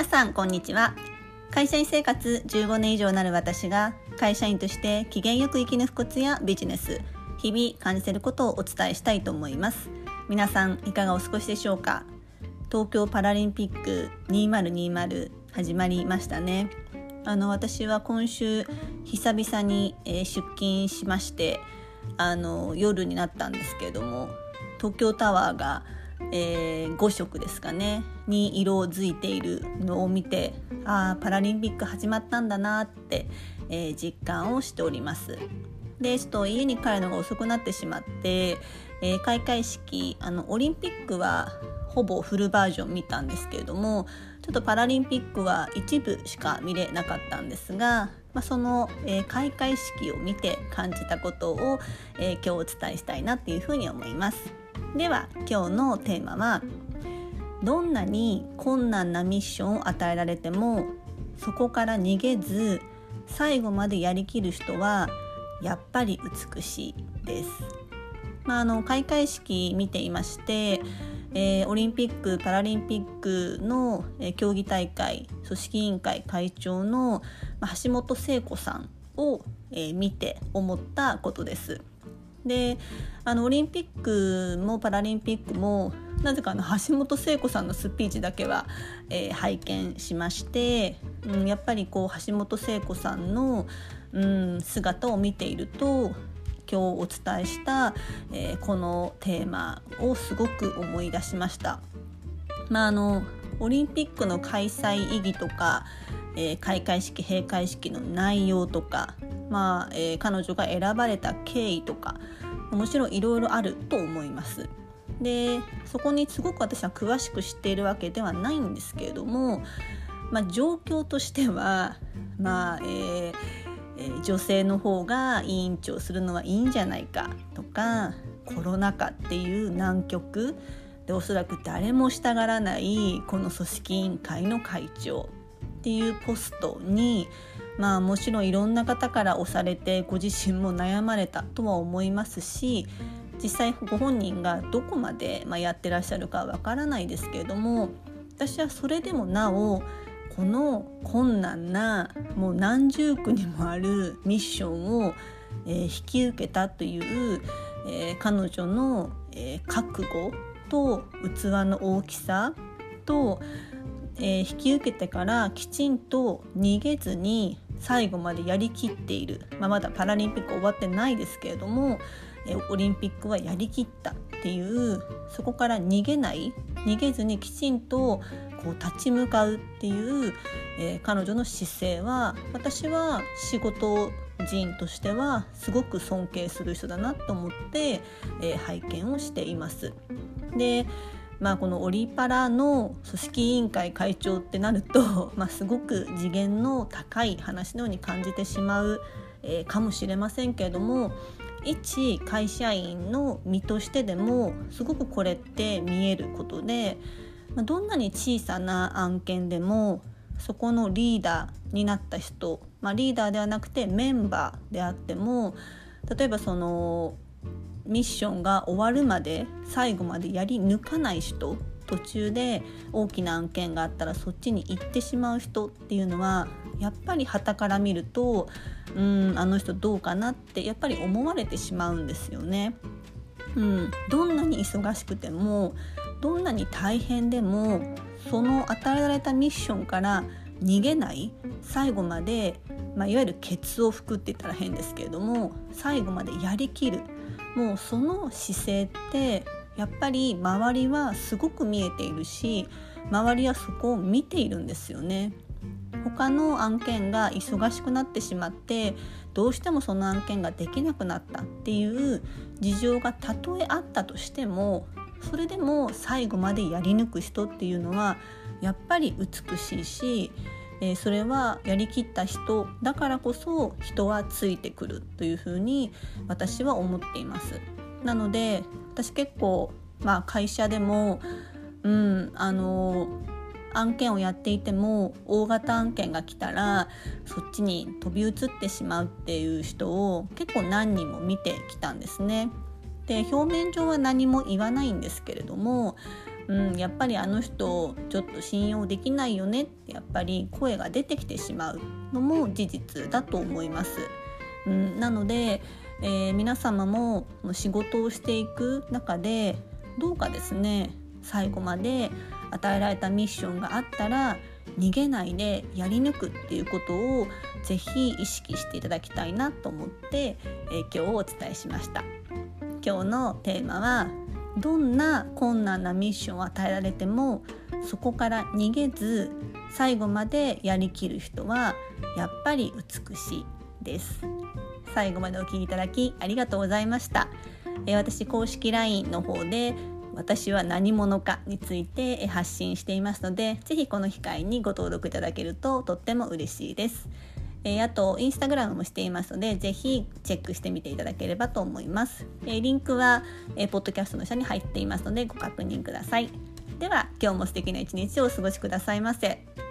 さんこんにちは。会社員生活15年以上になる私が会社員として機嫌よく生き抜くコツやビジネス、日々感じていることをお伝えしたいと思います。皆さんいかがお過ごしでしょうか。東京パラリンピック2020始まりましたね。私は今週久々に出勤しまして、夜になったんですけれども、東京タワーが5色ですかねに色づいているのを見て、パラリンピック始まったんだなって、実感をしております。でちょっと家に帰るのが遅くなってしまって、開会式オリンピックはほぼフルバージョン見たんですけれども、ちょっとパラリンピックは一部しか見れなかったんですが、その、開会式を見て感じたことを、今日お伝えしたいなっていうふうに思います。では今日のテーマは、どんなに困難なミッションを与えられてもそこから逃げず最後までやりきる人はやっぱり美しいです。開会式見ていまして、オリンピック・パラリンピックの、競技大会組織委員会会長の、橋本聖子さんを、見て思ったことです。でオリンピックもパラリンピックもなぜか橋本聖子さんのスピーチだけは、拝見しまして、やっぱり橋本聖子さんの、姿を見ていると今日お伝えした、このテーマをすごく思い出しました。オリンピックの開催意義とか、開会式閉会式の内容とか、彼女が選ばれた経緯とかもちろんいろいろあると思います。でそこにすごく私は詳しく知っているわけではないんですけれども、状況としては、女性の方が委員長するのはいいんじゃないかとか、コロナ禍っていう難局でおそらく誰もしたがらないこの組織委員会の会長っていうポストに、もちろんいろんな方から押されてご自身も悩まれたとは思いますし、実際ご本人がどこまで、やってらっしゃるかわからないですけれども、私はそれでもなおこの困難なもう何十句にもあるミッションを、引き受けたという、彼女の、覚悟と器の大きさと、引き受けてからきちんと逃げずに最後までやりきっている、まだパラリンピック終わってないですけれども、オリンピックはやりきったっていう、そこから逃げずにきちんと立ち向かうっていう、彼女の姿勢は私は仕事人としてはすごく尊敬する人だなと思って、拝見をしています。でこのオリパラの組織委員会会長ってなると、すごく次元の高い話のように感じてしまう、かもしれませんけれども、一会社員の身としてでもすごくこれって見えることで、どんなに小さな案件でもそこのリーダーになった人、リーダーではなくてメンバーであっても、例えばそのミッションが終わるまで最後までやり抜かない人、途中で大きな案件があったらそっちに行ってしまう人っていうのはやっぱり傍から見ると、あの人どうかなってやっぱり思われてしまうんですよね。どんなに忙しくてもどんなに大変でもその与えられたミッションから逃げない、最後まで、いわゆるケツを拭くって言ったら変ですけれども最後までやりきる、もうその姿勢ってやっぱり周りはすごく見えているし、周りはそこを見ているんですよね。他の案件が忙しくなってしまってどうしてもその案件ができなくなったっていう事情がたとえあったとしても、それでも最後までやり抜く人っていうのはやっぱり美しいし、それはやりきった人だからこそ人はついてくるというふうに私は思っています。なので私結構、会社でも、案件をやっていても大型案件が来たらそっちに飛び移ってしまうっていう人を結構何人も見てきたんですね。で表面上は何も言わないんですけれども、 やっぱりあの人ちょっと信用できないよねってやっぱり声が出てきてしまうのも事実だと思います。なので、皆様も仕事をしていく中でどうかですね、最後まで与えられたミッションがあったら逃げないでやり抜くっていうことをぜひ意識していただきたいなと思って、今日お伝えしました。今日のテーマは、どんな困難なミッションを与えられてもそこから逃げず最後までやりきる人はやっぱり美しいです。最後までお聞きいただきありがとうございました。私公式 LINE の方で私は何者かについて発信していますので、ぜひこの機会にご登録いただけるととっても嬉しいです。あとインスタグラムもしていますので、ぜひチェックしてみていただければと思います。リンクはポッドキャストの下に入っていますのでご確認ください。では今日も素敵な一日をお過ごしくださいませ。